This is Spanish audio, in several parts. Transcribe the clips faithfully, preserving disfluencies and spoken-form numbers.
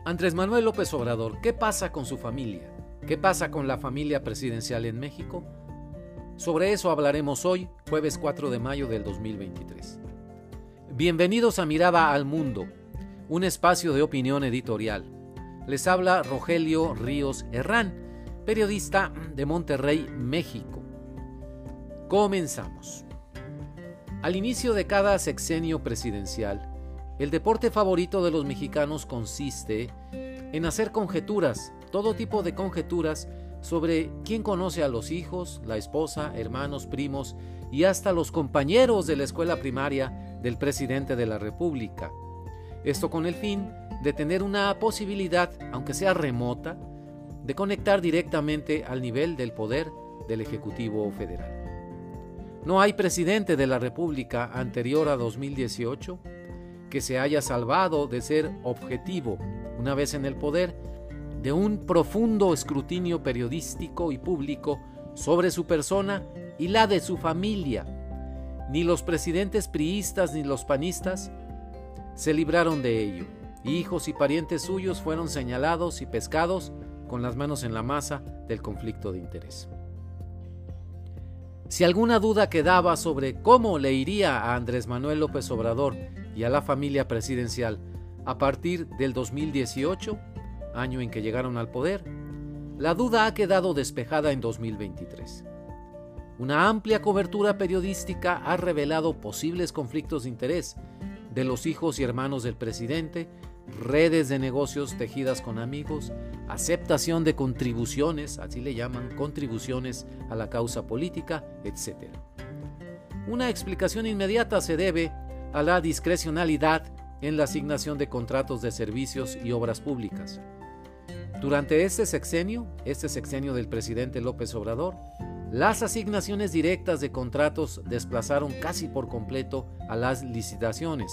Andrés Manuel López Obrador, ¿qué pasa con su familia? ¿Qué pasa con la familia presidencial en México? Sobre eso hablaremos hoy, jueves cuatro de mayo del dos mil veintitrés. Bienvenidos a Mirada al Mundo, un espacio de opinión editorial. Les habla Rogelio Ríos Herrán, periodista de Monterrey, México. Comenzamos. Al inicio de cada sexenio presidencial, el deporte favorito de los mexicanos consiste en hacer conjeturas, todo tipo de conjeturas sobre quién conoce a los hijos, la esposa, hermanos, primos y hasta los compañeros de la escuela primaria del presidente de la República. Esto con el fin de tener una posibilidad, aunque sea remota, de conectar directamente al nivel del poder del Ejecutivo Federal. No hay presidente de la República anterior a dos mil dieciocho que se haya salvado de ser objetivo, una vez en el poder, de un profundo escrutinio periodístico y público sobre su persona y la de su familia. Ni los presidentes priistas ni los panistas se libraron de ello. Hijos y parientes suyos fueron señalados y pescados con las manos en la masa del conflicto de interés. Si alguna duda quedaba sobre cómo le iría a Andrés Manuel López Obrador y a la familia presidencial a partir del dos mil dieciocho, año en que llegaron al poder, la duda ha quedado despejada en dos mil veintitrés. Una amplia cobertura periodística ha revelado posibles conflictos de interés de los hijos y hermanos del presidente, redes de negocios tejidas con amigos, aceptación de contribuciones, así le llaman, contribuciones a la causa política, etcétera. Una explicación inmediata se debe a la discrecionalidad en la asignación de contratos de servicios y obras públicas. Durante este sexenio, este sexenio del presidente López Obrador, las asignaciones directas de contratos desplazaron casi por completo a las licitaciones,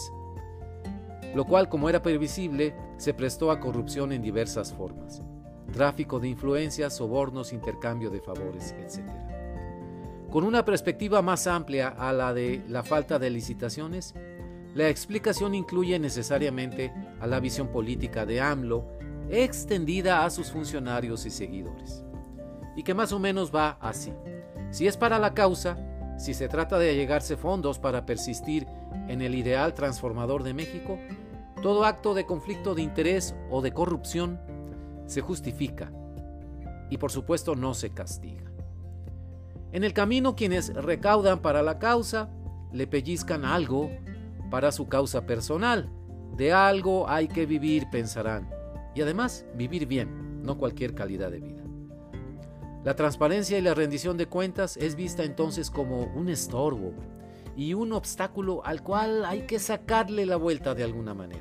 lo cual, como era previsible, se prestó a corrupción en diversas formas: tráfico de influencias, sobornos, intercambio de favores, etcétera. Con una perspectiva más amplia a la de la falta de licitaciones, la explicación incluye necesariamente a la visión política de AMLO extendida a sus funcionarios y seguidores, y que más o menos va así. Si es para la causa, si se trata de allegarse fondos para persistir en el ideal transformador de México, todo acto de conflicto de interés o de corrupción se justifica y por supuesto no se castiga. En el camino, quienes recaudan para la causa le pellizcan algo para su causa personal. De algo hay que vivir, pensarán, y además vivir bien, no cualquier calidad de vida. La transparencia y la rendición de cuentas es vista entonces como un estorbo y un obstáculo al cual hay que sacarle la vuelta de alguna manera.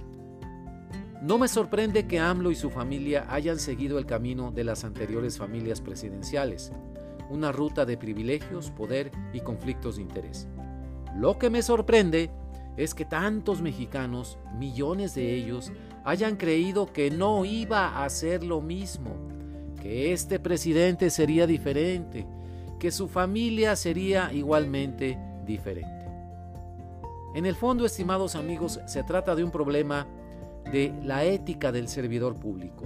No me sorprende que AMLO y su familia hayan seguido el camino de las anteriores familias presidenciales, una ruta de privilegios, poder y conflictos de interés. Lo que me sorprende es que tantos mexicanos, millones de ellos, hayan creído que no iba a ser lo mismo, que este presidente sería diferente, que su familia sería igualmente diferente. En el fondo, estimados amigos, se trata de un problema de la ética del servidor público.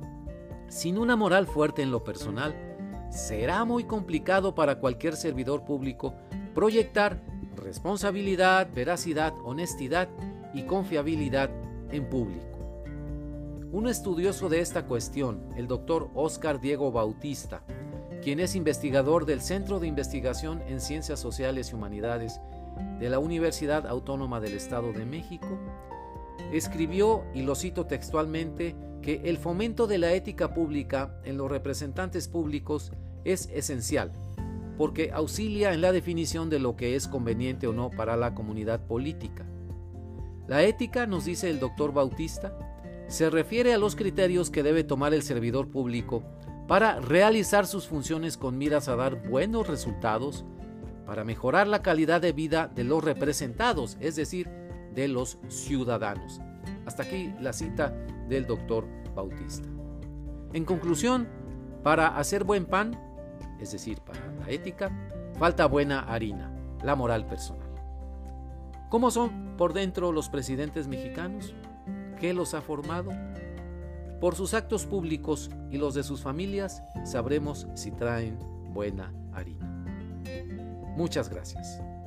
Sin una moral fuerte en lo personal, será muy complicado para cualquier servidor público proyectar responsabilidad, veracidad, honestidad y confiabilidad en público. Un estudioso de esta cuestión, el doctor Óscar Diego Bautista, quien es investigador del Centro de Investigación en Ciencias Sociales y Humanidades de la Universidad Autónoma del Estado de México, escribió, y lo cito textualmente, que el fomento de la ética pública en los representantes públicos es esencial, porque auxilia en la definición de lo que es conveniente o no para la comunidad política. La ética, nos dice el doctor Bautista, se refiere a los criterios que debe tomar el servidor público para realizar sus funciones con miras a dar buenos resultados, para mejorar la calidad de vida de los representados, es decir, de los ciudadanos. Hasta aquí la cita del doctor Bautista. En conclusión, para hacer buen pan, es decir, para la ética, falta buena harina, la moral personal. ¿Cómo son por dentro los presidentes mexicanos? ¿Qué los ha formado? Por sus actos públicos y los de sus familias, sabremos si traen buena harina. Muchas gracias.